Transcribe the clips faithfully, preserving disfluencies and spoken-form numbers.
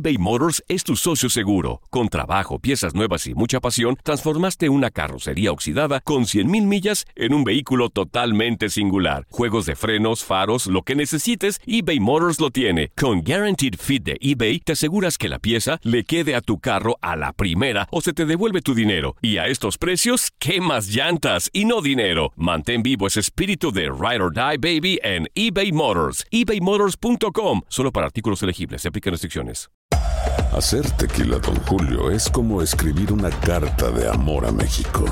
eBay Motors es tu socio seguro. Con trabajo, piezas nuevas y mucha pasión, transformaste una carrocería oxidada con cien mil millas en un vehículo totalmente singular. Juegos de frenos, faros, lo que necesites, eBay Motors lo tiene. Con Guaranteed Fit de eBay, te aseguras que la pieza le quede a tu carro a la primera o se te devuelve tu dinero. Y a estos precios, ¿qué más llantas y no dinero? Mantén vivo ese espíritu de Ride or Die, baby, en eBay Motors. ebay motors punto com. Solo para artículos elegibles. Se aplican restricciones. Hacer tequila Don Julio es como escribir una carta de amor a México.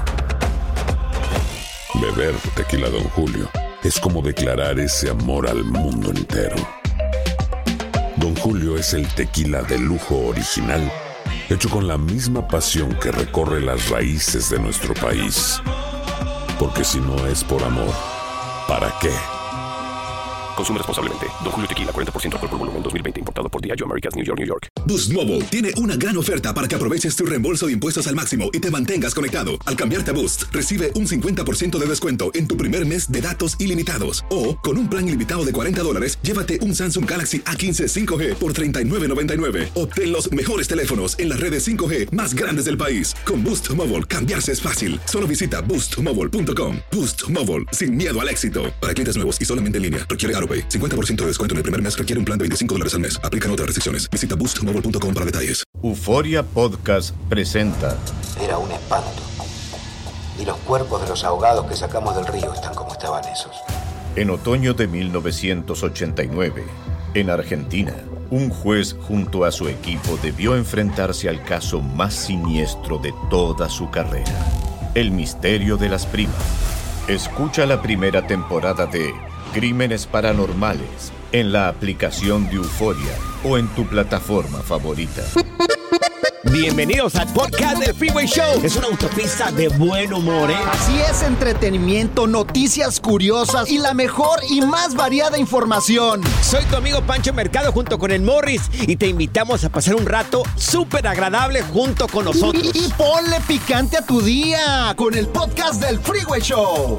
Beber tequila Don Julio es como declarar ese amor al mundo entero. Don Julio es el tequila de lujo original, hecho con la misma pasión que recorre las raíces de nuestro país. Porque si no es por amor, ¿para qué? Consume responsablemente. Don Julio Tequila, cuarenta por ciento alcohol por volumen, dos mil veinte. Importado por Diageo Americas, New York, New York. Boost Mobile tiene una gran oferta para que aproveches tu reembolso de impuestos al máximo y te mantengas conectado. Al cambiarte a Boost, recibe un cincuenta por ciento de descuento en tu primer mes de datos ilimitados. O, con un plan ilimitado de cuarenta dólares, llévate un Samsung Galaxy A quince cinco G por treinta y nueve noventa y nueve. Obtén los mejores teléfonos en las redes cinco G más grandes del país. Con Boost Mobile, cambiarse es fácil. Solo visita boost mobile punto com. Boost Mobile, sin miedo al éxito. Para clientes nuevos y solamente en línea, requiere AutoPay. cincuenta por ciento de descuento en el primer mes requiere un plan de veinticinco dólares al mes. Aplican otras restricciones. Visita boost mobile punto com para detalles. Euforia Podcast presenta. Era un espanto. Y los cuerpos de los ahogados que sacamos del río están como estaban esos. En otoño de mil novecientos ochenta y nueve, en Argentina, un juez junto a su equipo debió enfrentarse al caso más siniestro de toda su carrera: el misterio de las primas. Escucha la primera temporada de Crímenes Paranormales en la aplicación de Euforia o en tu plataforma favorita. Bienvenidos al podcast del Freeway Show. Es una autopista de buen humor, ¿eh? Así es, entretenimiento, noticias curiosas y la mejor y más variada información. Soy tu amigo Pancho Mercado junto con el Morris y te invitamos a pasar un rato súper agradable junto con nosotros. Y, y ponle picante a tu día con el podcast del Freeway Show.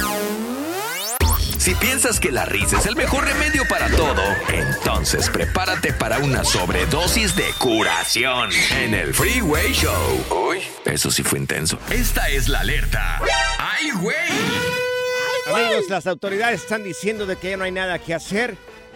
Si piensas que la risa es el mejor remedio para todo, entonces prepárate para una sobredosis de curación en el Freeway Show. Uy, eso sí fue intenso. Esta es la alerta. ¡Ay, güey! Amigos, las autoridades están diciendo de que ya no hay nada que hacer.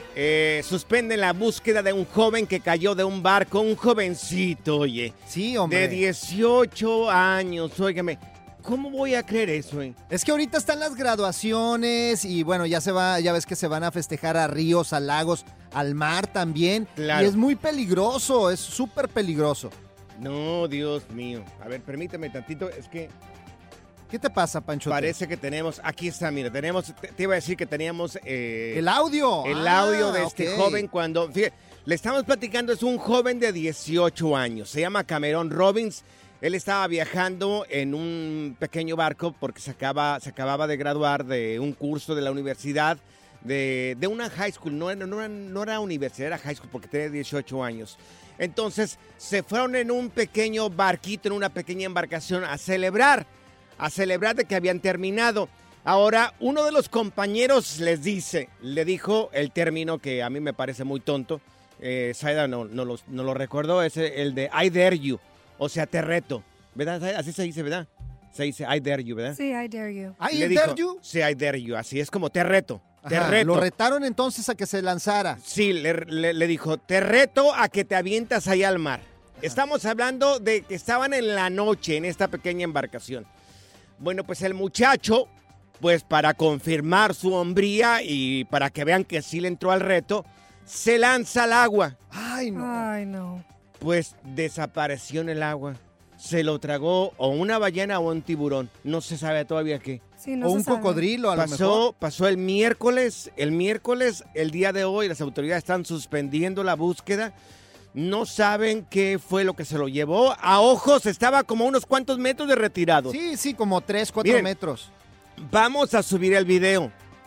Eh, suspenden la búsqueda de un joven que cayó de un barco, un jovencito, oye. Sí, hombre. De dieciocho años, óigame. ¿Cómo voy a creer eso, eh? Es que ahorita están las graduaciones y bueno, ya se va, ya ves que se van a festejar a ríos, a lagos, al mar también. Claro. Y es muy peligroso, es súper peligroso. No, Dios mío. A ver, permíteme tantito, es que... ¿Qué te pasa, Pancho? Parece que tenemos, aquí está, mira, tenemos, te, te iba a decir que teníamos... Eh, el audio. El ah, audio de este okay. joven cuando, fíjate, le estamos platicando, es un joven de dieciocho años, se llama Cameron Robbins. Él estaba viajando en un pequeño barco porque se, acaba, se acababa de graduar de un curso de la universidad, de, de una high school, no, no, no, no era universidad, era high school porque tenía dieciocho años. Entonces se fueron en un pequeño barquito, en una pequeña embarcación a celebrar, a celebrar de que habían terminado. Ahora, uno de los compañeros les dice, le dijo el término que a mí me parece muy tonto, eh, Saida no, no, lo, no lo recordó, es el de I dare you. O sea, te reto, ¿verdad? Así se dice, ¿verdad? Se dice I dare you, ¿verdad? Sí, I dare you. ¿I Le dare dijo, you? Sí, I dare you, así es como te reto, te Ajá, reto. Lo retaron entonces a que se lanzara. Sí, le, le, le dijo, te reto a que te avientas ahí al mar. Ajá. Estamos hablando de que estaban en la noche en esta pequeña embarcación. Bueno, pues el muchacho, pues para confirmar su hombría y para que vean que sí le entró al reto, se lanza al agua. Ay, no. Ay, no. Pues desapareció en el agua. Se lo tragó o una ballena o un tiburón. No se sabe todavía qué. Sí, no o se un sabe. cocodrilo, a lo Pasó, mejor. pasó el miércoles. El miércoles, el día de hoy, las autoridades están suspendiendo la búsqueda. No saben qué fue lo que se lo llevó. A ojos estaba como a unos cuantos metros de retirado. Sí, sí, como tres, cuatro Miren, metros. Vamos a subir el video.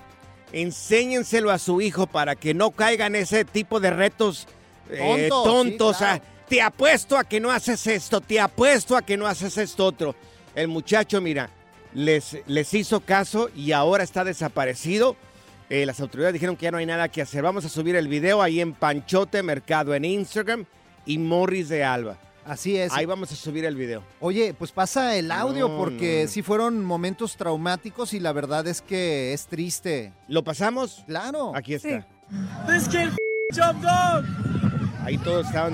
Enséñenselo a su hijo para que no caigan ese tipo de retos eh, Tontos, tontos. sí, claro. Ah, te apuesto a que no haces esto, te apuesto a que no haces esto otro. El muchacho, mira, les, les hizo caso y ahora está desaparecido. Eh, las autoridades dijeron que ya no hay nada que hacer. Vamos a subir el video ahí en Panchote Mercado en Instagram y Morris de Alba. Así es. Ahí vamos a subir el video. Oye, pues pasa el audio No, porque no. sí fueron momentos traumáticos y la verdad es que es triste. ¿Lo pasamos? Claro. Aquí está. Sí. This kid jumped up. Ahí todos estaban.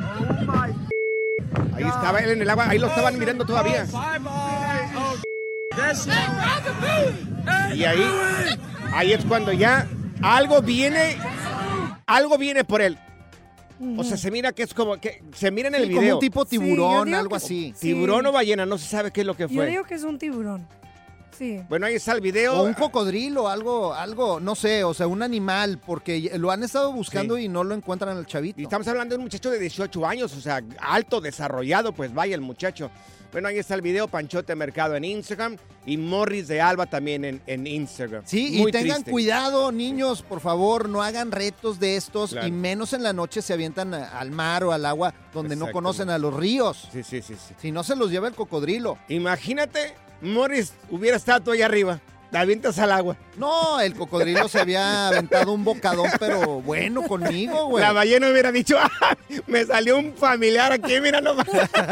Ahí estaba él en el agua. Ahí lo estaban mirando todavía. Bye bye. Oh, that shit. Y ahí, ahí es cuando ya algo viene, algo viene por él. O sea, se mira que es como, que se mira en el Sí, video. como un tipo Sí, yo tiburón, digo algo que- así. Sí. Tiburón o ballena, no se sabe qué es lo que Yo fue. digo que es un tiburón. Sí. Bueno, ahí está el video. O un cocodrilo, algo, algo, no sé, o sea, un animal, porque lo han estado buscando Sí. y no lo encuentran al chavito. Y estamos hablando de un muchacho de dieciocho años, o sea, alto, desarrollado, pues vaya el muchacho. Bueno, ahí está el video, Panchote Mercado en Instagram y Morris de Alba también en, en Instagram. Sí, Muy y tengan triste. cuidado, niños, por favor, no hagan retos de estos Claro. y menos en la noche se avientan a- al mar o al agua donde no Exactamente. conocen a los ríos. Sí, sí, sí, sí. Si no se los lleva el cocodrilo. Imagínate, Morris hubiera estado tú allá arriba, te avientas al agua. No, el cocodrilo se había aventado un bocadón, pero bueno, conmigo, güey. La ballena hubiera dicho, "Ah, me salió un familiar aquí, mira nomás."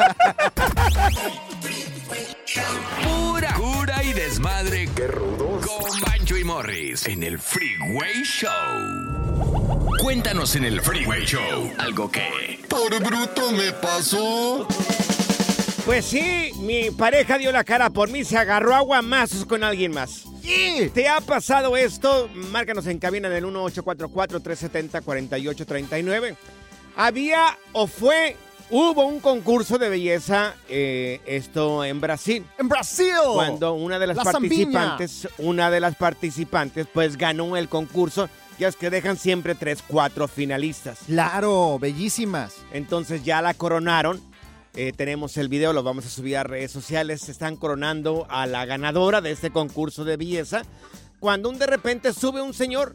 Pura cura y desmadre. ¡Qué rudos! Con Bancho y Morris en el Freeway Show. Cuéntanos en el Freeway Show algo que... Por bruto me pasó. Pues sí, mi pareja dio la cara por mí, se agarró a guamazos con alguien más. Sí. ¿Te ha pasado esto? Márcanos en cabina en el uno ocho cuatro cuatro, tres siete cero, cuatro ocho tres nueve. Había o fue, hubo un concurso de belleza, eh, esto en Brasil. En Brasil. Cuando una de las La participantes, una de las participantes, pues ganó el concurso. Ya es que dejan siempre tres, cuatro finalistas. Claro, bellísimas. Entonces ya la coronaron. Eh, tenemos el video, lo vamos a subir a redes sociales. Se están coronando a la ganadora de este concurso de belleza. Cuando un de repente sube un señor,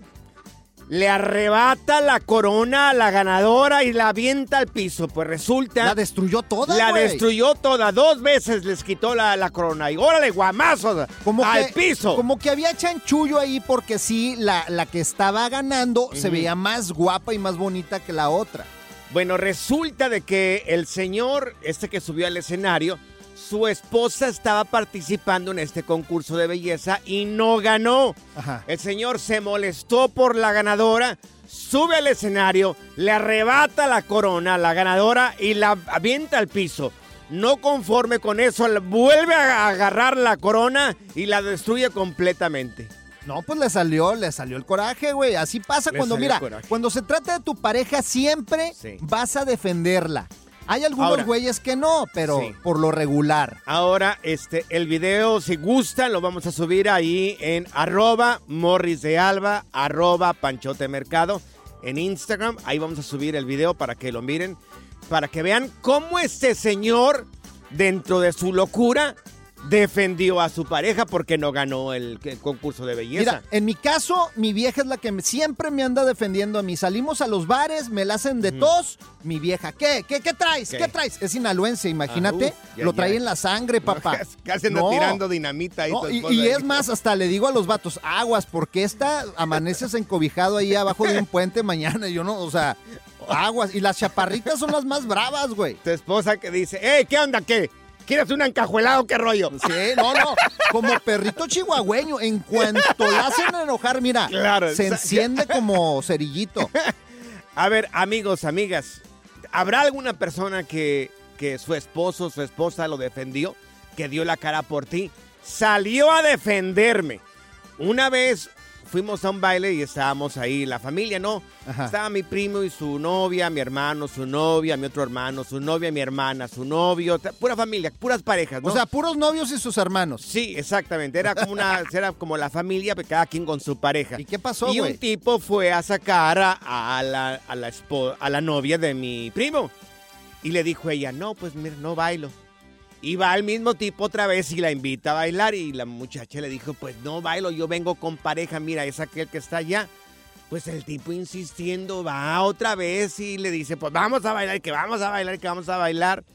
le arrebata la corona a la ganadora y la avienta al piso. Pues resulta... La destruyó toda, La güey. destruyó toda. Dos veces les quitó la, la corona. Y órale, guamazos Como al que, piso. Como que había chanchullo ahí porque sí, la, la que estaba ganando se Ujú. veía más guapa y más bonita que la otra. Bueno, resulta de que el señor, este que subió al escenario, su esposa estaba participando en este concurso de belleza y no ganó. Ajá. El señor se molestó por la ganadora, sube al escenario, le arrebata la corona a la ganadora y la avienta al piso. No conforme con eso, vuelve a agarrar la corona y la destruye completamente. No, pues le salió, le salió el coraje, güey. Así pasa Le cuando, salió mira, el coraje. cuando se trata de tu pareja, siempre Sí. vas a defenderla. Hay algunos Ahora. güeyes que no, pero Sí. por lo regular. Ahora, este, el video, si gustan, lo vamos a subir ahí en arroba Morris de Alba, arroba Panchote Mercado, en Instagram. Ahí vamos a subir el video para que lo miren, para que vean cómo este señor, dentro de su locura, defendió a su pareja porque no ganó el, el concurso de belleza. Mira, en mi caso, mi vieja es la que me- siempre me anda defendiendo a mí. Salimos a los bares, me la hacen de tos. Mi vieja, ¿qué? ¿Qué, qué traes? ¿Qué? ¿Qué traes? Es sinaloense, imagínate. Ah, uf, ya, lo ya. trae en la sangre, papá. Casi anda No. tirando dinamita ahí. No, tu y, esposa y ahí. es más, hasta le digo a los vatos, aguas, porque esta amaneces encobijado ahí abajo de un puente mañana. Y yo no, o sea, aguas. Y las chaparritas son las más bravas, güey. Tu esposa que dice, ¡eh, qué onda, qué! ¿Quieres un encajuelado, qué rollo? Sí, no, no, como perrito chihuahueño, en cuanto la hacen enojar, mira, Claro, se esa- enciende como cerillito. A ver, amigos, amigas, ¿habrá alguna persona que, que su esposo, su esposa lo defendió, que dio la cara por ti? Salió a defenderme. Una vez fuimos a un baile y estábamos ahí, la familia, ¿no? Ajá. Estaba mi primo y su novia, mi hermano, su novia, mi otro hermano, su novia, mi hermana, su novio, t- pura familia, puras parejas, ¿no? O sea, puros novios y sus hermanos. sí, exactamente, era como una, era como la familia, pero cada quien con su pareja. ¿Y qué pasó, Y güey? un tipo fue a sacar a, a la, a, la espo- a la novia de mi primo. Y le dijo ella, no, pues mira, no bailo. Y va el mismo tipo otra vez y la invita a bailar. Y la muchacha le dijo, pues no bailo, yo vengo con pareja, mira, es aquel que está allá. Pues el tipo insistiendo va otra vez y le dice, pues vamos a bailar, que vamos a bailar, que vamos a bailar.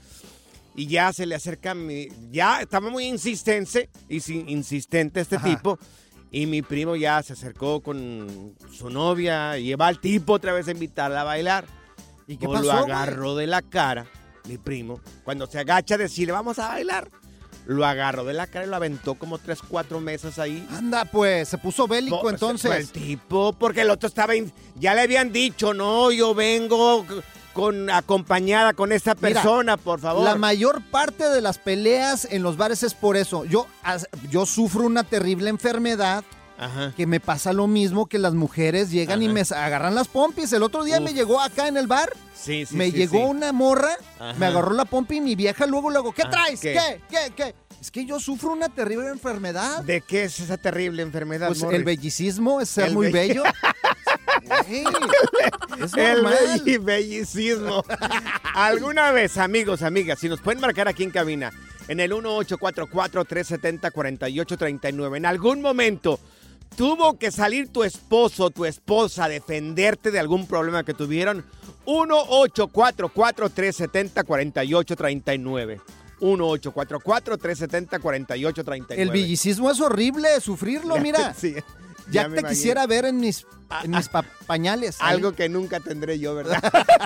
Y ya se le acerca, mi, ya estaba muy insistente, y sin- insistente este Ajá. tipo. Y mi primo ya se acercó con su novia y va al tipo otra vez a invitarla a bailar. ¿Y qué o pasó, lo güey? agarró de la cara, mi primo, cuando se agacha a decirle, vamos a bailar. Lo agarró de la cara y lo aventó como tres, cuatro mesas ahí. Anda, pues, se puso bélico Po- entonces. El tipo, porque el otro estaba... in- Ya le habían dicho, no, yo vengo c- con acompañada con esta Mira, persona, por favor. La mayor parte de las peleas en los bares es por eso. Yo, as- yo sufro una terrible enfermedad Ajá. que me pasa lo mismo que las mujeres llegan y Ajá. me agarran las pompis. El otro día Uf. me llegó acá en el bar, Sí, sí, me sí, llegó sí. una morra, Ajá. me agarró la pompi y mi vieja luego, luego, ¿qué Ah, traes? ¿qué? ¿Qué? ¿Qué? ¿Qué? Es que yo sufro una terrible enfermedad. ¿De qué es esa terrible enfermedad, Pues Morris? el bellicismo es ser El muy be- bello. Güey, es El normal. belli- bellicismo. Alguna vez, amigos, amigas, si nos pueden marcar aquí en cabina, en el uno ocho cuatro cuatro, tres siete cero, cuatro ocho tres nueve, en algún momento tuvo que salir tu esposo o tu esposa a defenderte de algún problema que tuvieron. uno ocho cuatro cuatro, tres siete cero, cuatro ocho tres nueve. uno ocho cuatro cuatro, tres siete cero, cuatro ocho tres nueve. El bellicismo es horrible, sufrirlo, Ya- mira. sí, Ya, me te imagino. quisiera ver en mis, en mis pa- pañales. ahí. Algo que nunca tendré yo, ¿verdad?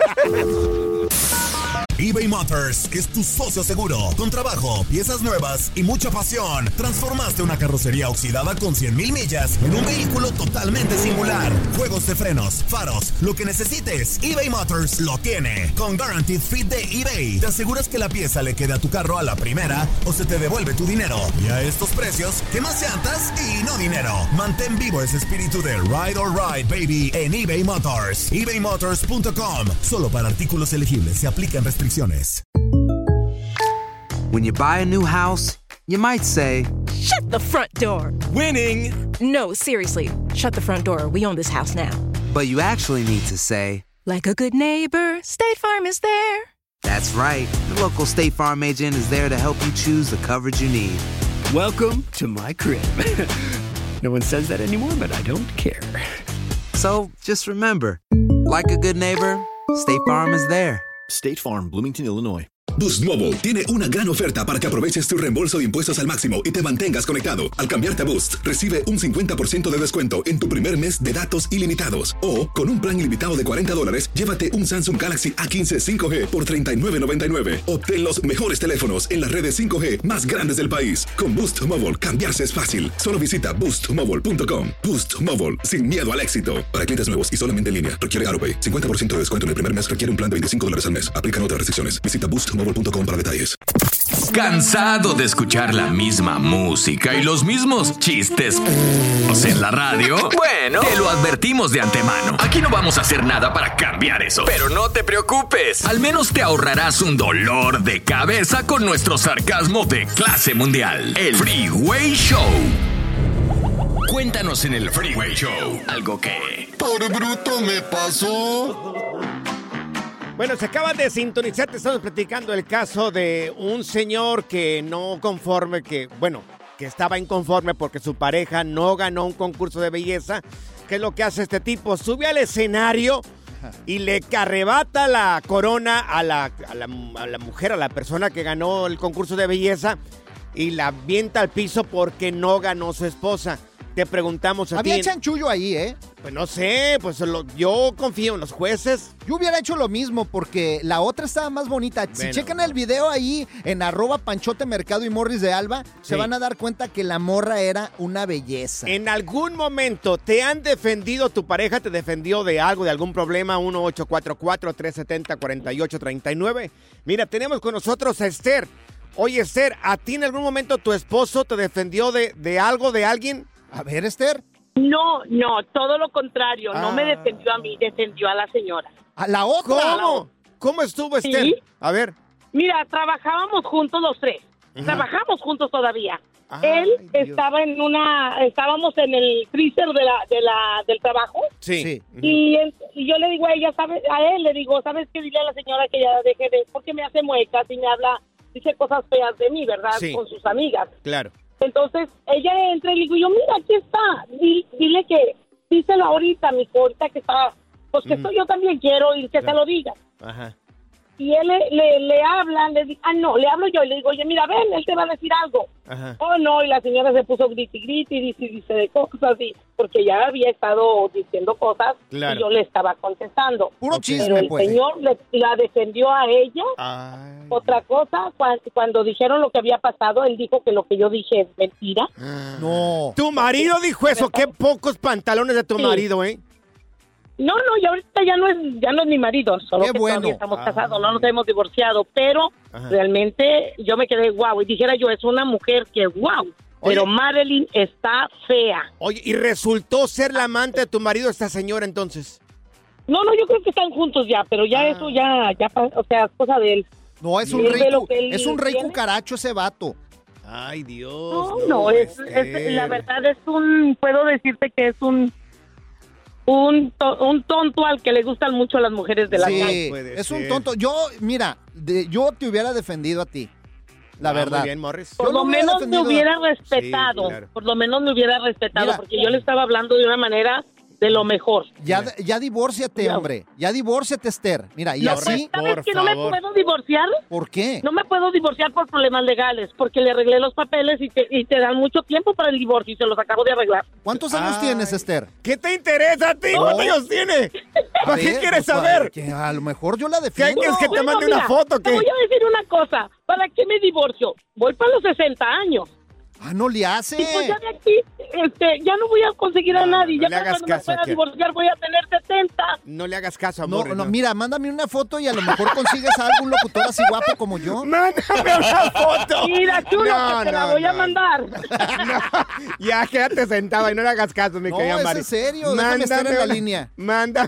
eBay Motors es tu socio seguro. Con trabajo, piezas nuevas y mucha pasión, transformaste una carrocería oxidada con cien mil millas en un vehículo totalmente singular. Juegos de frenos, faros, lo que necesites, eBay Motors lo tiene. Con Guaranteed Fit de eBay, te aseguras que la pieza le quede a tu carro a la primera o se te devuelve tu dinero. Y a estos precios, ¿qué más llantas y no dinero? Mantén vivo ese espíritu de Ride or Ride, baby, en eBay Motors. eBay Motors punto com. Solo para artículos elegibles se aplican restricciones. When you buy a new house, you might say, Shut the front door! winning, No, seriously, shut the front door. We own this house now. but you actually need to say, Like a good neighbor, State Farm is there. that's right. The local State Farm agent is there to help you choose the coverage you need. Welcome to my crib. No one says that anymore, but I don't care. So just remember, like a good neighbor, State Farm is there. State Farm, Bloomington, Illinois. Boost Mobile tiene una gran oferta para que aproveches tu reembolso de impuestos al máximo y te mantengas conectado. Al cambiarte a Boost, recibe un cincuenta por ciento de descuento en tu primer mes de datos ilimitados. O, con un plan ilimitado de cuarenta dólares, llévate un Samsung Galaxy A quince cinco G por treinta y nueve noventa y nueve. Obtén los mejores teléfonos en las redes cinco G más grandes del país. Con Boost Mobile, cambiarse es fácil. Solo visita boost mobile punto com. Boost Mobile, sin miedo al éxito. Para clientes nuevos y solamente en línea, requiere AutoPay. cincuenta por ciento de descuento en el primer mes requiere un plan de veinticinco dólares al mes. Aplican otras restricciones. Visita boost mobile punto com para detalles. ¿Cansado de escuchar la misma música y los mismos chistes en la radio? Bueno, te lo advertimos de antemano. Aquí no vamos a hacer nada para cambiar eso. Pero no te preocupes. Al menos te ahorrarás un dolor de cabeza con nuestro sarcasmo de clase mundial. El Freeway Show. Cuéntanos en el Freeway Show algo que... Por bruto me pasó. Bueno, se acaban de sintonizar, te estamos platicando el caso de un señor que no conforme, que, bueno, que estaba inconforme porque su pareja no ganó un concurso de belleza. ¿Qué es lo que hace este tipo? Sube al escenario y le arrebata la corona a la, a la, a la mujer, a la persona que ganó el concurso de belleza y la avienta al piso porque no ganó su esposa. Te preguntamos a Había ti. chanchullo ahí, ¿eh? Pues no sé, pues lo- yo confío en los jueces. Yo hubiera hecho lo mismo porque la otra estaba más bonita. Si Bueno. checan el video ahí en arroba Panchote Mercado y Morris de Alba, se Sí. van a dar cuenta que la morra era una belleza. ¿En algún momento te han defendido, tu pareja te defendió de algo, de algún problema? uno ocho cuatro cuatro, tres siete cero, cuatro ocho tres nueve. Mira, tenemos con nosotros a Esther. Oye, Esther, ¿a ti en algún momento tu esposo te defendió de, de algo, de alguien? A ver, Esther. No, no, todo lo contrario. No Ah. me defendió a mí, defendió a la señora. ¿A la otra? ¿Cómo? ¿Cómo estuvo, Esther? Sí. A ver. Mira, trabajábamos juntos los tres. Ajá. Trabajamos juntos todavía. Ay, Él Dios. estaba en una, estábamos en el freezer de la, de la, del trabajo. Sí. Y, él- y yo le digo a ella, ¿sabes? A él le digo, ¿sabes qué? Dile a la señora que ya deje de, porque me hace muecas y me habla, dice cosas feas de mí, ¿verdad? Sí. Con sus amigas. Claro. Entonces, ella entra y le digo yo, mira, aquí está. Di- dile que, díselo ahorita, mi hijo, ahorita que está, pues que Ujú. esto yo también quiero y que Claro. se lo diga. Ajá. Y él le, le, le habla, le digo, ah, no, le hablo yo y le digo, oye, mira, ven, él te va a decir algo. Ajá. Oh, no, y la señora se puso griti, griti, dice, dice de cosas y porque ya había estado diciendo cosas Claro. y yo le estaba contestando. Puro Ok. chisme, Pero el pues. señor le- la defendió a ella. Ay. Otra cosa, cuan- cuando dijeron lo que había pasado, él dijo que lo que yo dije es mentira. No. Tu marido dijo eso. Qué pocos pantalones de tu Sí. marido, ¿eh? No, no, y ahorita ya no es ya no es mi marido, solo Qué que bueno. todavía estamos Ah. casados, no nos hemos divorciado, pero Ajá. realmente yo me quedé guau, y dijera yo, es una mujer que guau, pero Oye. Marilyn está fea. Oye, ¿y resultó ser la amante de tu marido esta señora entonces? No, no, yo creo que están juntos ya, pero ya Ah. eso ya, ya, pa- o sea, es cosa de él. No, es un ¿Y es de rey, lo cu- que él es un rey tiene? cucaracho ese vato. Ay, Dios. No, no, es, es- la verdad es un, puedo decirte que es un, un, to- un tonto al que le gustan mucho las mujeres de la Sí, calle. puede es un ser. tonto. Yo, mira, de- yo te hubiera defendido a ti. La Ah, verdad. Muy bien, Morris. Por Yo lo lo hubiera menos me defendido. hubiera respetado, Sí, claro. por lo menos me hubiera respetado, Mira. porque yo le estaba hablando de una manera de lo mejor. Ya, ya divórciate, Ya. hombre. Ya divórciate, Esther. Mira, y No, así, pues, ¿sabes por que no me favor. puedo divorciar? ¿por qué? No me puedo divorciar por problemas legales, porque le arreglé los papeles y te, y te dan mucho tiempo para el divorcio y se los acabo de arreglar. ¿Cuántos años Ay. tienes, Esther? ¿Qué te interesa a ti? No. ¿Cuántos años tiene? ¿Para qué ver, quieres pues, para saber? que a lo mejor yo la ¿Qué defiendo. quieres que te Bueno, mande una mira, foto? Te ¿Qué? voy a decir una cosa, ¿para qué me divorcio? Voy para los sesenta años. Ah, no le hace. Y pues ya de aquí, este, ya no voy a conseguir a No, no, nadie. no ya le para hagas cuando caso me pueda aquí. divorciar voy a tener setenta. No le hagas caso, No, amor. no, mira, mándame una foto y a lo mejor consigues a algún locutor así guapo como yo. Mándame una foto. Mira, chulo, No, que te la no, voy a no. mandar. No, ya quédate sentado y no le hagas caso, mi No, querida es Mari. en serio, déjame estar en la línea. Manda.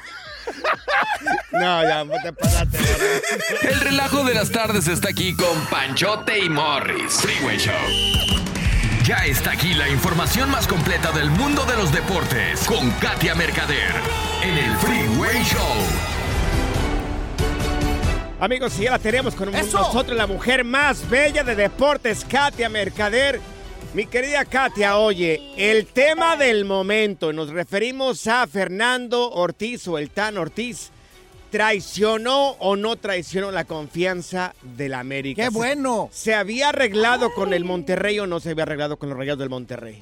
No, ya, no te pasaste. El relajo de las tardes está aquí con Panchote y Morris. Freeway Show. Ya está aquí la información más completa del mundo de los deportes con Katia Mercader en el Freeway Show. Amigos, y ya la tenemos con ¡Eso! nosotros, la mujer más bella de deportes, Katia Mercader. Mi querida Katia, oye, el tema del momento, nos referimos a Fernando Ortiz o el Tan Ortiz. ¿Traicionó o no traicionó la confianza del América? ¡Qué ¿Se- bueno! ¿Se había arreglado con el Monterrey o no se había arreglado con los Rayados del Monterrey?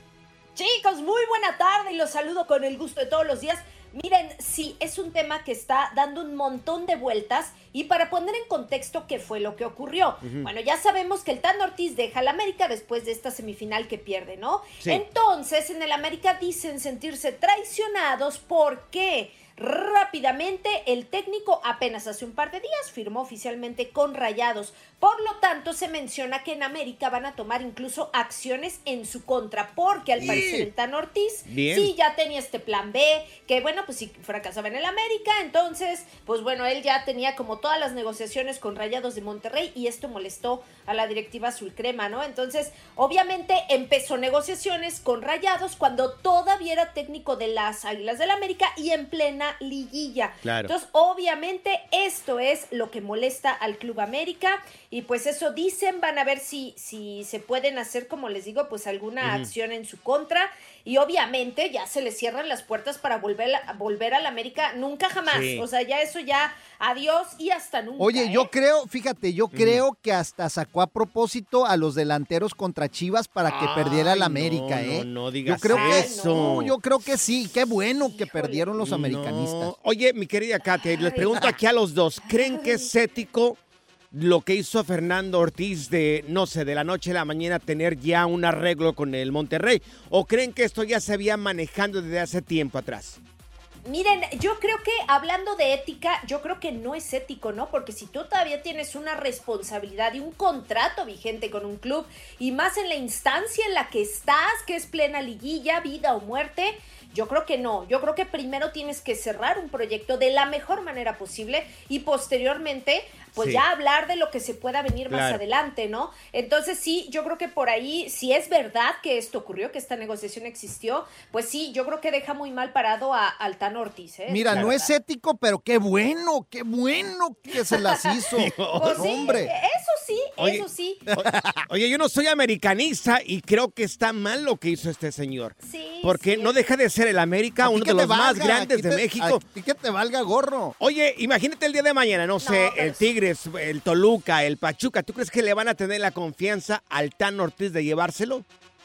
Chicos, muy buena tarde y los saludo con el gusto de todos los días. Miren, sí, es un tema que está dando un montón de vueltas y para poner en contexto qué fue lo que ocurrió. Ujú. Bueno, ya sabemos que el Tan Ortiz deja al América después de esta semifinal que pierde, ¿no? Sí. Entonces, en el América dicen sentirse traicionados porque rápidamente el técnico apenas hace un par de días firmó oficialmente con Rayados. Por lo tanto, se menciona que en América van a tomar incluso acciones en su contra, porque al Sí. parecer el Tan Ortiz Bien. sí ya tenía este plan B, que bueno, pues si fracasaba en el América, entonces, pues bueno, él ya tenía como todas las negociaciones con Rayados de Monterrey y esto molestó a la directiva azul crema, ¿no? Entonces, obviamente empezó negociaciones con Rayados cuando todavía era técnico de las Águilas del América y en plena liguilla. Claro. Entonces, obviamente esto es lo que molesta al Club América y pues eso dicen, van a ver si, si se pueden hacer, como les digo, pues alguna Ujú. acción en su contra y obviamente ya se les cierran las puertas para volver, a, volver al América nunca jamás. Sí. O sea, ya eso ya adiós y hasta nunca. Oye, ¿eh? yo creo, fíjate, yo creo que hasta sacó a propósito a los delanteros contra Chivas para que Ay, perdiera la no, América, no, ¿eh? no digas yo creo que eso. no, yo creo que sí, qué bueno que perdieron los americanistas. No. Oye, mi querida Katia, les pregunto aquí a los dos, ¿creen que es ético lo que hizo Fernando Ortiz de, no sé, de la noche a la mañana tener ya un arreglo con el Monterrey? ¿O creen que esto ya se había manejando desde hace tiempo atrás? Miren, yo creo que hablando de ética, yo creo que no es ético, ¿no? Porque si tú todavía tienes una responsabilidad y un contrato vigente con un club, y más en la instancia en la que estás, que es plena liguilla, vida o muerte, yo creo que no. Yo creo que primero tienes que cerrar un proyecto de la mejor manera posible y posteriormente, pues Sí. ya hablar de lo que se pueda venir más Claro. adelante, ¿no? Entonces sí, yo creo que por ahí, si es verdad que esto ocurrió, que esta negociación existió, pues sí, yo creo que deja muy mal parado a, al Tan Ortiz, ¿eh? Mira, La no verdad. es ético, pero qué bueno, qué bueno que se las hizo. Pues sí, Hombre. eso sí, Oye, eso sí. Oye, yo no soy americanista y creo que está mal lo que hizo este señor. Sí, Porque sí. no deja de ser el América, A ti uno que de te los más valga, grandes a ti de te- México. a ti que te valga gorro. Oye, imagínate el día de mañana, no sé, el Tigres, el Toluca, el Pachuca. ¿Tú crees que le van a tener la confianza al Tan Ortiz de llevárselo?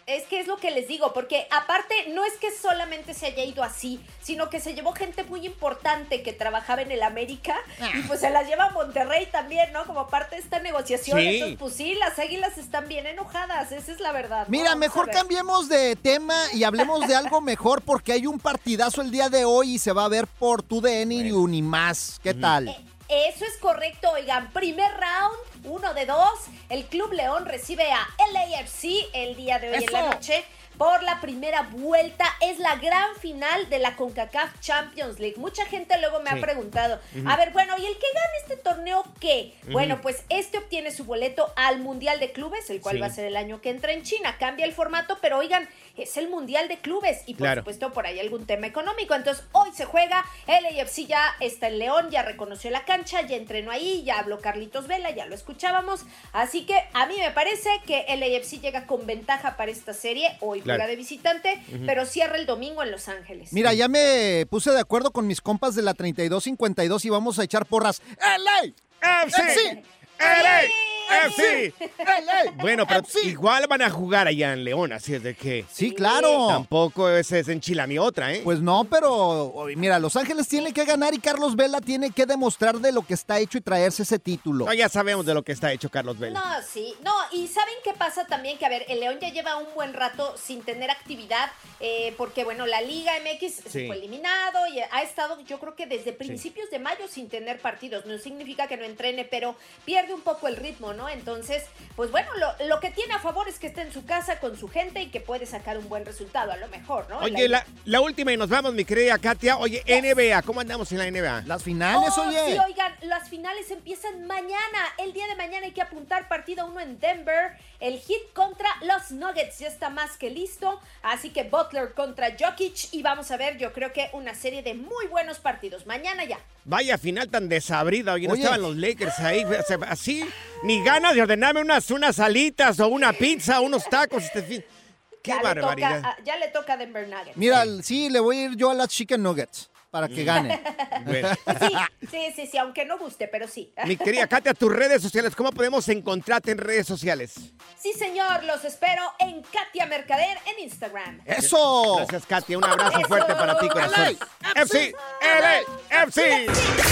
Es que es lo que les digo, porque aparte no es que solamente se haya ido así, sino que se llevó gente muy importante que trabajaba en el América ah. y pues se las lleva a Monterrey también, ¿no? Como parte de esta negociación. Sí. Entonces, pues sí, las Águilas están bien enojadas, esa es la verdad. ¿No? Mira, Vamos mejor cambiemos de tema y hablemos de algo mejor porque hay un partidazo el día de hoy y se va a ver por tu D N y Unimás. ¿Qué tal? Eh, Eso es correcto, oigan, primer round, uno de dos, el Club León recibe a L A F C el día de hoy Eso. en la noche por la primera vuelta, es la gran final de la CONCACAF Champions League. Mucha gente luego me sí. ha preguntado, uh-huh. a ver, bueno, ¿y el que gane este torneo qué? Uh-huh. Bueno, pues este obtiene su boleto al Mundial de Clubes, el cual sí. va a ser el año que entra en China, cambia el formato, pero oigan, es el Mundial de Clubes y por claro. supuesto por ahí algún tema económico. Entonces hoy se juega, L A F C ya está en León, ya reconoció la cancha, ya entrenó ahí, ya habló Carlitos Vela, ya lo escuchábamos. Así que a mí me parece que L A F C llega con ventaja para esta serie, hoy claro. juega de visitante, uh-huh. pero cierra el domingo en Los Ángeles. Mira, ya me puse de acuerdo con mis compas de la treinta y dos cincuenta y dos y vamos a echar porras. L A F C, L A F C. Bueno, pero F C. Igual van a jugar allá en León, así es de que... Sí, claro. Tampoco es, es enchila mi otra, ¿eh? Pues no, pero mira, Los Ángeles tiene que ganar y Carlos Vela tiene que demostrar de lo que está hecho y traerse ese título. No, ya sabemos de lo que está hecho Carlos Vela. No, sí. No, y ¿saben qué pasa también? Que, a ver, el León ya lleva un buen rato sin tener actividad, eh, porque, bueno, la Liga M X sí. se fue eliminado y ha estado, yo creo que desde principios sí. de mayo sin tener partidos. No significa que no entrene, pero pierde un poco el ritmo, ¿no? Entonces, pues bueno, lo, lo que tiene a favor es que esté en su casa con su gente y que puede sacar un buen resultado, a lo mejor, ¿no? Oye, la, la última y nos vamos, mi querida Katia. Oye, yes. N B A, ¿cómo andamos en la N B A? Las finales, oh, oye. Sí, oigan, las finales empiezan mañana. El día de mañana hay que apuntar partido uno en Denver. El Heat contra los Nuggets ya está más que listo. Así que Butler contra Jokic. Y vamos a ver, yo creo que una serie de muy buenos partidos. Mañana ya. Vaya final tan desabrida. Oye, no Oye. estaban los Lakers ahí. Así, ni ganas de ordenarme unas, unas alitas o una pizza o unos tacos este fin. ¡Qué ya barbaridad! Le toca, ya le toca a Denver Nuggets. Mira, sí, le voy a ir yo a las Chicken Nuggets para que gane. Bueno. Sí, sí, sí, sí, aunque no guste, pero sí. Mi querida Katia, tus redes sociales, ¿cómo podemos encontrarte en redes sociales? Sí, señor, los espero en Katia Mercader en Instagram. ¡Eso! Gracias, Katia, un abrazo Eso. fuerte para ti, corazón. F C, L A F C.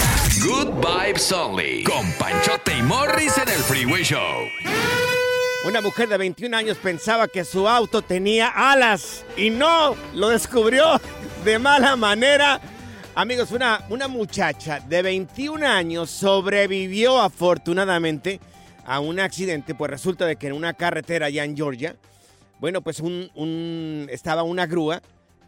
Good Vibes Only, con Panchote y Morris en el Freeway Show. Una mujer de veintiún años pensaba que su auto tenía alas y no, lo descubrió de mala manera. Amigos, una, una muchacha de veintiún años sobrevivió afortunadamente a un accidente, pues resulta de que en una carretera allá en Georgia, bueno, pues un, un, estaba una grúa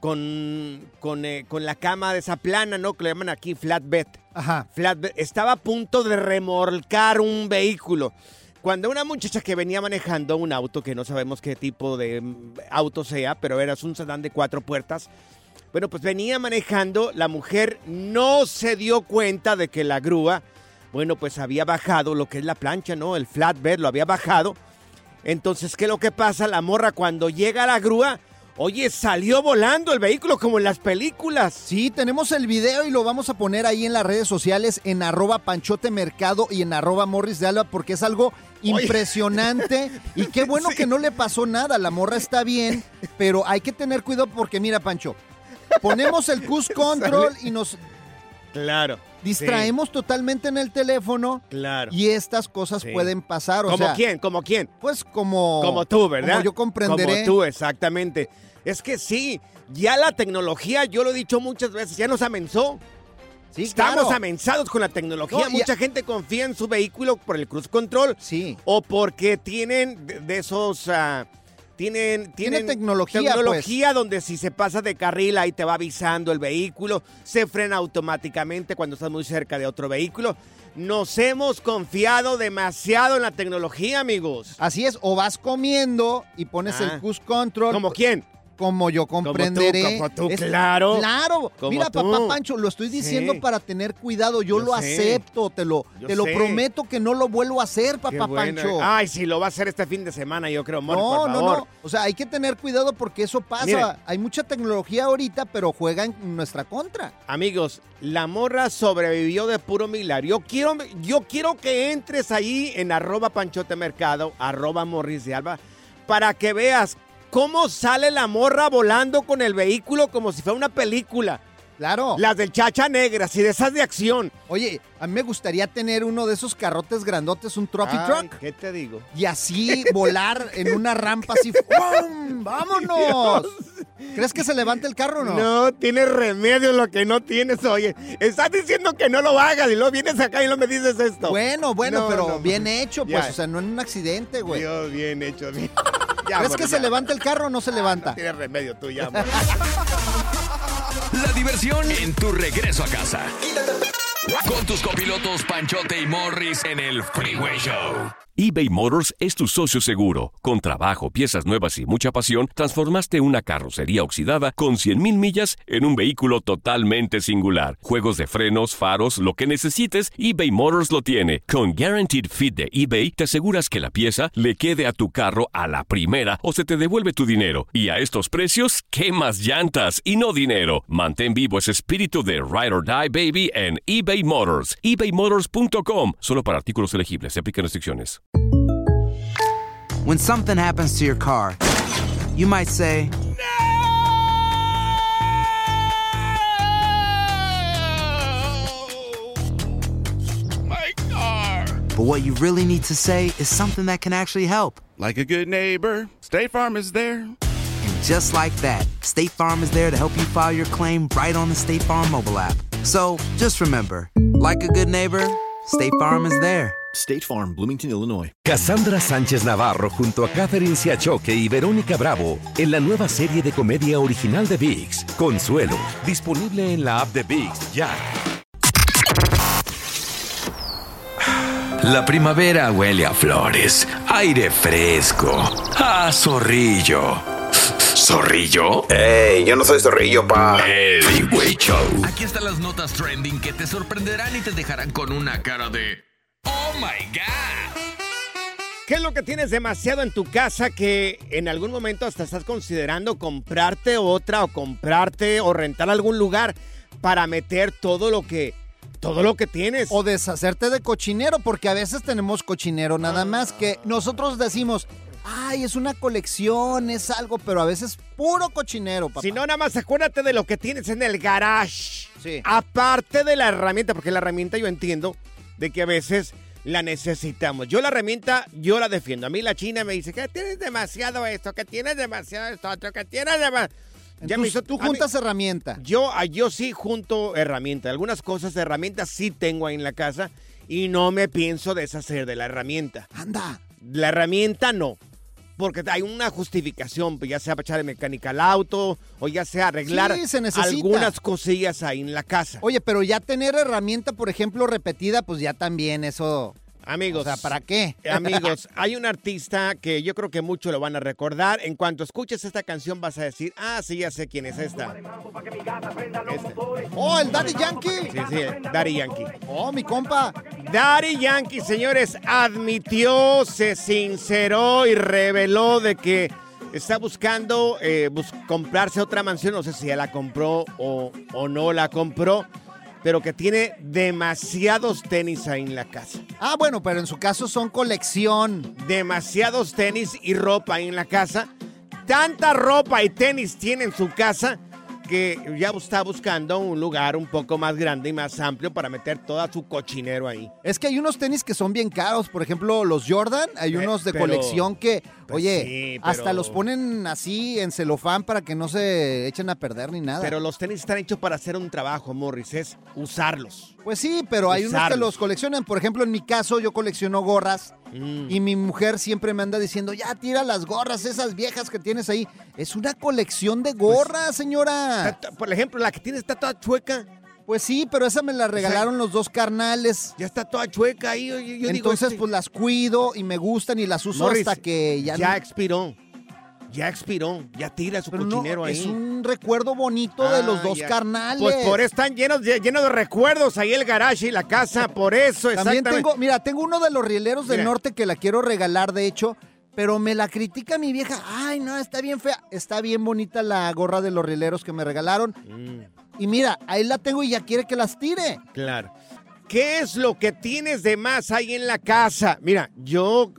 con, con, eh, con la cama de esa plana, ¿no? Que le llaman aquí flatbed. Ajá. Flatbed. Estaba a punto de remolcar un vehículo. Cuando una muchacha que venía manejando un auto, que no sabemos qué tipo de auto sea, pero era un sedán de cuatro puertas, bueno, pues venía manejando, la mujer no se dio cuenta de que la grúa, bueno, pues había bajado lo que es la plancha, ¿no? El flatbed lo había bajado. Entonces, ¿qué es lo que pasa? La morra cuando llega a la grúa, oye, salió volando el vehículo como en las películas. Sí, tenemos el video y lo vamos a poner ahí en las redes sociales, en arroba Panchote Mercado y en arroba Morris de Alba, porque es algo impresionante. Y qué bueno sí. que no le pasó nada, la morra está bien, pero hay que tener cuidado porque mira, Pancho, ponemos el cruise control y nos... Claro. Distraemos sí. totalmente en el teléfono. Claro. Y estas cosas sí. pueden pasar. O ¿Como sea, quién? ¿Como quién? Pues como... Como tú, ¿verdad? Como yo comprenderé. Como tú, exactamente. Es que sí, ya la tecnología, yo lo he dicho muchas veces, ya nos amenzó. Sí, Estamos claro. amenazados con la tecnología. No, Mucha ya... gente confía en su vehículo por el cruise control. Sí. O porque tienen de, de esos... Uh, Tienen, tienen Tiene tecnología, tecnología pues. donde si se pasa de carril ahí te va avisando el vehículo, se frena automáticamente cuando estás muy cerca de otro vehículo. Nos hemos confiado demasiado en la tecnología, amigos. Así es, o vas comiendo y pones ah. el cruise control. ¿Como quién? Como yo comprenderé. Como tú, como tú es, claro. Claro. Como Mira, tú. papá Pancho, lo estoy diciendo sí. para tener cuidado. Yo, yo lo sé. acepto, te lo, yo te lo sé. prometo que no lo vuelvo a hacer, papá bueno. Pancho. Ay, sí, lo va a hacer este fin de semana, yo creo, Mori, no, por favor. No, no, O sea, hay que tener cuidado porque eso pasa. Miren, hay mucha tecnología ahorita, pero juega en nuestra contra. Amigos, la morra sobrevivió de puro milagro. Yo quiero, yo quiero que entres ahí en arroba Panchote Mercado, arroba Morris de Alba, para que veas cómo sale la morra volando con el vehículo como si fuera una película. Claro. Las del Chacha Negras y de esas de acción. Oye, a mí me gustaría tener uno de esos carrotes grandotes, un trophy Ay, truck. ¿qué te digo? Y así volar en una rampa así. ¡Pum! ¡Vámonos! ¿Crees que se levante el carro o no? No, tienes remedio lo que no tienes, oye. Estás diciendo que no lo hagas y luego vienes acá y no me dices esto. Bueno, bueno, No, pero no, bien hecho, pues, ya. o sea, no en un accidente, güey. Dios, bien hecho, bien. Ya, ¿Crees amor, que ya. se levanta el carro o no se levanta? No tienes remedio tú ya, amor. La diversión en tu regreso a casa. Con tus copilotos Panchote y Morris en el Freeway Show. eBay Motors es tu socio seguro. Con trabajo, piezas nuevas y mucha pasión, transformaste una carrocería oxidada con cien mil millas en un vehículo totalmente singular. Juegos de frenos, faros, lo que necesites, eBay Motors lo tiene. Con Guaranteed Fit de eBay, te aseguras que la pieza le quede a tu carro a la primera o se te devuelve tu dinero. Y a estos precios, ¿qué más llantas y no dinero? Mantén vivo ese espíritu de Ride or Die, baby, en eBay Motors. ebay motors punto com. Solo para artículos elegibles. Se aplican restricciones. When something happens to your car, you might say, My car. but what you really need to say is something that can actually help. Like a good neighbor, State Farm is there. And just like that, State Farm is there to help you file your claim right on the State Farm mobile app. So just remember, like a good neighbor, State Farm is there. State Farm, Bloomington, Illinois. Cassandra Sánchez Navarro junto a Catherine Siachoque y Verónica Bravo en la nueva serie de comedia original de ViX, Consuelo, disponible en la app de ViX ya. La primavera huele a flores, aire fresco, a zorrillo. ¿Zorrillo? ¡Ey! Yo no soy zorrillo, pa. El Freeway Show. Aquí están las notas trending que te sorprenderán y te dejarán con una cara de ¡Oh, my God! ¿Qué es lo que tienes demasiado en tu casa que en algún momento hasta estás considerando comprarte otra o comprarte o rentar algún lugar para meter todo lo que todo lo que tienes? O deshacerte de cochinero, porque a veces tenemos cochinero nada más que nosotros decimos, ay, es una colección, es algo, pero a veces puro cochinero, papá. Si no, nada más acuérdate de lo que tienes en el garage. Sí. Aparte de la herramienta, porque la herramienta yo entiendo de que a veces la necesitamos. Yo la herramienta, yo la defiendo. A mí la china me dice que tienes demasiado esto, que tienes demasiado esto, otro, que tienes demasiado... Ya me hizo, tú juntas mí, herramienta. Yo, yo sí junto herramienta. Algunas cosas de herramientas sí tengo ahí en la casa y no me pienso deshacer de la herramienta. Anda. La herramienta no. Porque hay una justificación, pues ya sea para echarle mecánica al auto o ya sea arreglar sí, se necesita. algunas cosillas ahí en la casa. Oye, pero ya tener herramienta, por ejemplo, repetida, pues ya también eso... Amigos, o sea, ¿para qué? Amigos, hay un artista que yo creo que muchos lo van a recordar. En cuanto escuches esta canción vas a decir, ah, sí, ya sé quién es esta. Este. Oh, el Daddy Yankee. Sí, sí, Daddy Yankee. Oh, mi compa. Daddy Yankee, señores, admitió, se sinceró y reveló de que está buscando eh, bus- comprarse otra mansión. No sé si ya la compró o, o no la compró, pero que tiene demasiados tenis ahí en la casa. Ah, bueno, pero en su caso son colección. Demasiados tenis y ropa ahí en la casa. Tanta ropa y tenis tiene en su casa que ya está buscando un lugar un poco más grande y más amplio para meter todo su cochinero ahí. Es que hay unos tenis que son bien caros, por ejemplo, los Jordan, hay unos de pero, colección que, pues oye, sí, pero, hasta los ponen así en celofán para que no se echen a perder ni nada. Pero los tenis están hechos para hacer un trabajo, Morris, es usarlos. Pues sí, pero hay Usarlos. unos que los coleccionan. Por ejemplo, en mi caso, yo colecciono gorras mm. y mi mujer siempre me anda diciendo, ya tira las gorras, esas viejas que tienes ahí. Es una colección de gorras, pues, señora. Está, por ejemplo, la que tienes está toda chueca. Pues sí, pero esa me la regalaron o sea, los dos carnales. Ya está toda chueca ahí. Yo, yo Entonces, digo, pues las cuido y me gustan y las uso Morris, hasta que ya... Ya no... expiró. Ya expiró, ya tira su pero cochinero no, ahí. Es un recuerdo bonito ah, de los dos ya. carnales. Pues por eso están llenos de, llenos de recuerdos ahí el garage y la casa, por eso, También exactamente. tengo, mira, tengo uno de los rieleros del mira. norte que la quiero regalar, de hecho, pero me la critica mi vieja. Ay, no, está bien fea. Está bien bonita la gorra de los rieleros que me regalaron. Mm. Y mira, ahí la tengo y ya quiere que las tire. Claro. ¿Qué es lo que tienes de más ahí en la casa? Mira, yo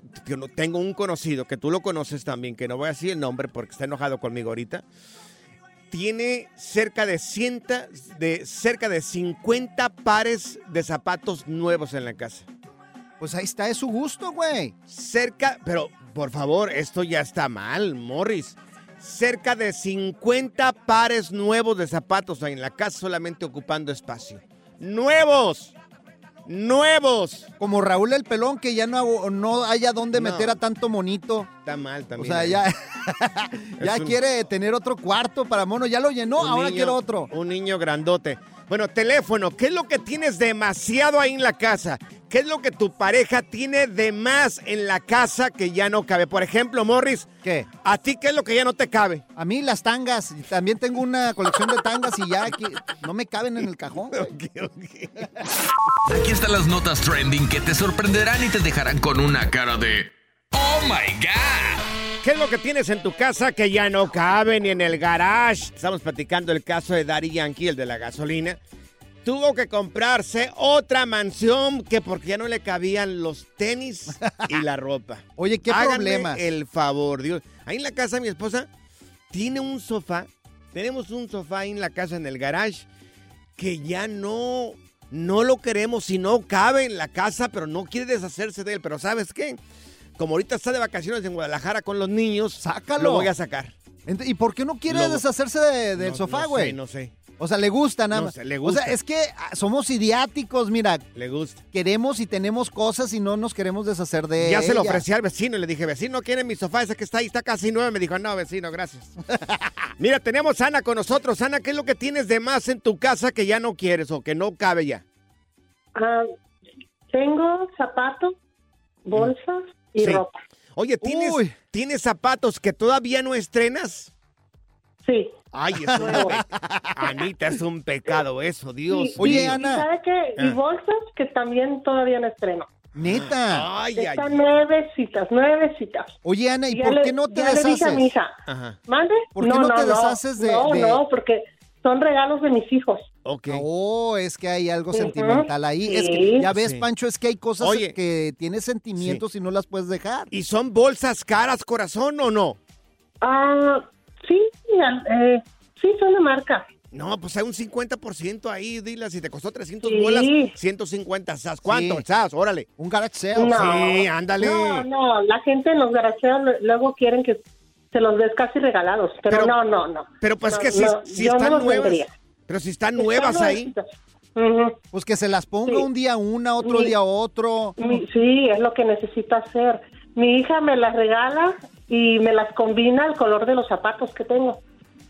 tengo un conocido, que tú lo conoces también, que no voy a decir el nombre porque está enojado conmigo ahorita. Tiene cerca de, cien, de, cerca de cincuenta pares de zapatos nuevos en la casa. Pues ahí está, es su gusto, güey. Cerca, pero por favor, esto ya está mal, Morris. Cerca de cincuenta pares nuevos de zapatos en la casa, solamente ocupando espacio. ¡Nuevos! ¡Nuevos! Como Raúl el Pelón, que ya no, no haya dónde No. meter a tanto monito. Está mal también. O sea, ¿eh? ya, ya Es un- quiere tener otro cuarto para mono. Ya lo llenó, Un ahora niño- quiere otro. Un niño grandote. Bueno, teléfono, ¿qué es lo que tienes demasiado ahí en la casa? ¿Qué es lo que tu pareja tiene de más en la casa que ya no cabe? Por ejemplo, Morris, ¿qué? ¿A ti qué es lo que ya no te cabe? A mí las tangas. Y también tengo una colección de tangas y ya aquí no me caben en el cajón, güey. Aquí están las notas trending que te sorprenderán y te dejarán con una cara de ¡Oh, my God! ¿Qué es lo que tienes en tu casa que ya no cabe ni en el garage? Estamos platicando el caso de Daddy Yankee, el de la gasolina. Tuvo que comprarse otra mansión que porque ya no le cabían los tenis y la ropa. Oye, ¿qué Háganme problemas? el favor, Dios. Ahí en la casa mi esposa tiene un sofá. Tenemos un sofá ahí en la casa, en el garage, que ya no, no lo queremos y no cabe en la casa, pero no quiere deshacerse de él. Pero ¿sabes qué? Como ahorita está de vacaciones en Guadalajara con los niños, sácalo. Lo voy a sacar. Ent- ¿Y por qué no quiere Lo- deshacerse de- del No- sofá, no güey? sé, no sé. O sea, le gusta nada No más. sé, le O gusta. sea, es que ah, somos idiáticos, mira. Le gusta. Queremos y tenemos cosas y no nos queremos deshacer de Ya se lo ellas. ofrecí al vecino y le dije, vecino, ¿quiere mi sofá? Ese que está ahí, está casi nuevo. Me dijo, no, vecino, gracias. Mira, tenemos a Ana con nosotros. Ana, ¿qué es lo que tienes de más en tu casa que ya no quieres o que no cabe ya? Ah, tengo zapatos, bolsas y Sí. ropa. Oye, ¿tienes, ¿tienes zapatos que todavía no estrenas? Sí. Ay, es un pe- Anita, es un pecado eso, Dios. Y- y- ¿Y sabe qué? Y Ah. bolsas que también todavía no estreno. Neta. Ay, Están nuevecitas, nuevecitas. Oye, Ana, ¿y Ya por le- qué no te ya le dije a deshaces? mi hija, Ajá. ¿mande? ¿Por qué no te deshaces de- No, de- no, porque son regalos de mis hijos. Ok. Oh, es que hay algo Ujú. sentimental ahí. Es que, Sí. ya ves, Sí. Pancho, es que hay cosas Oye. que tienes sentimientos y no las puedes dejar. ¿Y son bolsas caras, corazón, o no? Ah, sí, eh, sí, son de marca. No, pues hay un cincuenta por ciento ahí, dile, si te costó trescientos Sí. bolas, ciento cincuenta, ¿sabes cuánto? Sí. ¿Sabes? Órale. Un garage sale. No. Sí, ándale. No, no, la gente en los garajeos lu- luego quieren que se los des casi regalados, pero, Pero- no, no, no. Pero pues No, que si, no, si yo no están los nuevas. vendería. Pero si están Están nuevas ahí. nuevecitas. Ujú. Pues que se las ponga Sí. un día una, otro Mi- día otro. Mi- sí, es lo que necesito hacer. Mi hija me las regala y me las combina al color de los zapatos que tengo.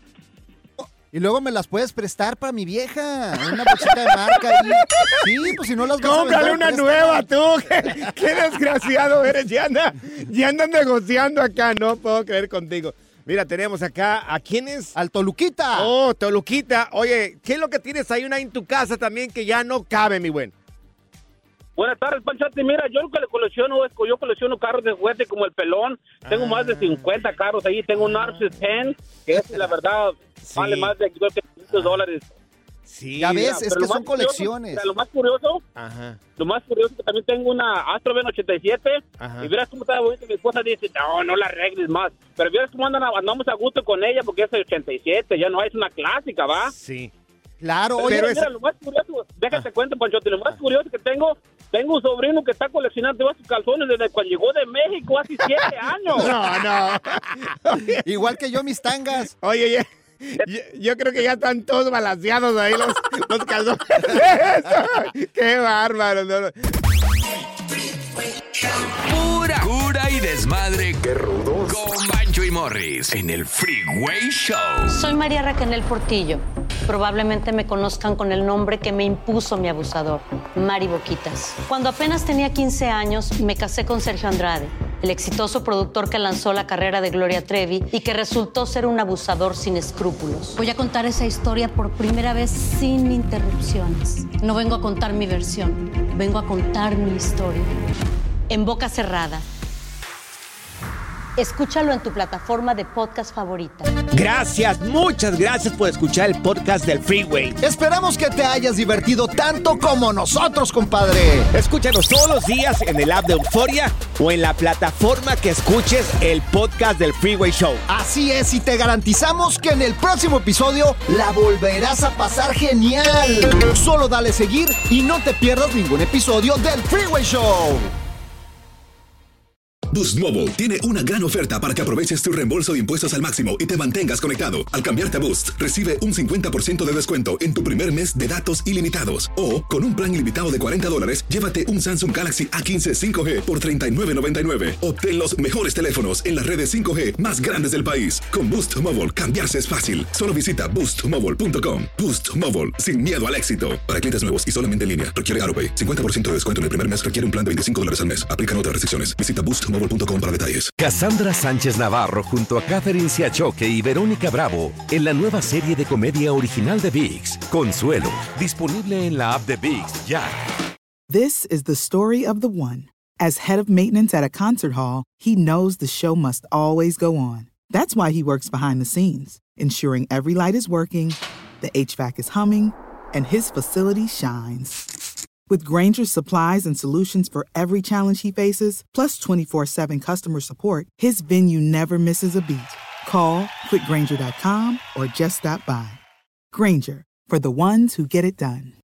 Y luego me las puedes prestar para mi vieja. Una bolsita de marca ahí. Sí, pues si no las vas a Cómprale vender, una préstala. nueva tú. Qué, qué desgraciado eres. Ya, anda, ya andan negociando acá. No puedo creer contigo. Mira, tenemos acá a quién es. Al Toluquita. Oh, Toluquita. Oye, ¿qué es lo que tienes ahí una en tu casa también que ya no cabe, mi buen? Buenas tardes, Panchote. Mira, yo lo que le colecciono es, yo colecciono carros de juguete como el Pelón. Tengo más de cincuenta carros ahí. Tengo un R C diez, que es, la verdad, vale más de quinientos dólares. Sí. Ya Mira, ves, es pero que lo son más curioso, colecciones. o sea, lo más curioso, Ajá. lo más curioso es que también tengo una Astro Ben ochenta y siete. Ajá. Y verás cómo está bonita. Mi esposa dice, no, no la arregles más. Pero verás cómo andan, andamos a gusto con ella porque es de ochenta y siete. Ya no es una clásica, ¿va? Sí. Claro, Pero oye. mira, esa- mira, lo más curioso, déjate cuento, Panchote, lo más curioso que tengo, tengo un sobrino que está coleccionando sus calzones desde cuando llegó de México hace siete años. No, no. Igual que yo mis tangas. Oye, ya- yo, yo creo que ya están todos balanceados ahí los, los calzones. ¡Qué bárbaro! no, no. Pura cura y desmadre. ¡Qué rudos! Con Bancho y Morris en el Freeway Show. Soy María Raquel Portillo. Probablemente me conozcan con el nombre que me impuso mi abusador, Mari Boquitas. Cuando apenas tenía quince años, me casé con Sergio Andrade, el exitoso productor que lanzó la carrera de Gloria Trevi y que resultó ser un abusador sin escrúpulos. Voy a contar esa historia por primera vez sin interrupciones. No vengo a contar mi versión, vengo a contar mi historia. En boca cerrada. Escúchalo en tu plataforma de podcast favorita. Gracias, muchas gracias por escuchar el podcast del Freeway. Esperamos que te hayas divertido tanto como nosotros, compadre. Escúchanos todos los días en el app de Euforia o en la plataforma que escuches el podcast del Freeway Show. Así es, y te garantizamos que en el próximo episodio la volverás a pasar genial. Solo dale seguir y no te pierdas ningún episodio del Freeway Show. Boost Mobile tiene una gran oferta para que aproveches tu reembolso de impuestos al máximo y te mantengas conectado. Al cambiarte a Boost, recibe un cincuenta por ciento de descuento en tu primer mes de datos ilimitados. O, con un plan ilimitado de cuarenta dólares, llévate un Samsung Galaxy A quince cinco G por treinta y nueve noventa y nueve. Obtén los mejores teléfonos en las redes cinco G más grandes del país. Con Boost Mobile, cambiarse es fácil. Solo visita boost mobile punto com. Boost Mobile, sin miedo al éxito. Para clientes nuevos y solamente en línea, requiere AutoPay. cincuenta por ciento de descuento en el primer mes requiere un plan de veinticinco dólares al mes. Aplican otras restricciones. Visita boost mobile punto com para detalles. Cassandra Sánchez Navarro junto a Catherine Siachoque y Verónica Bravo en la nueva serie de comedia original de ViX, Consuelo, disponible en la app de ViX ya. This is the story of the one. As head of maintenance at a concert hall, he knows the show must always go on. That's why he works behind the scenes, ensuring every light is working, the H V A C is humming, and his facility shines. With Grainger's supplies and solutions for every challenge he faces, plus twenty-four seven customer support, his venue never misses a beat. Call quick grainger dot com or just stop by. Grainger, for the ones who get it done.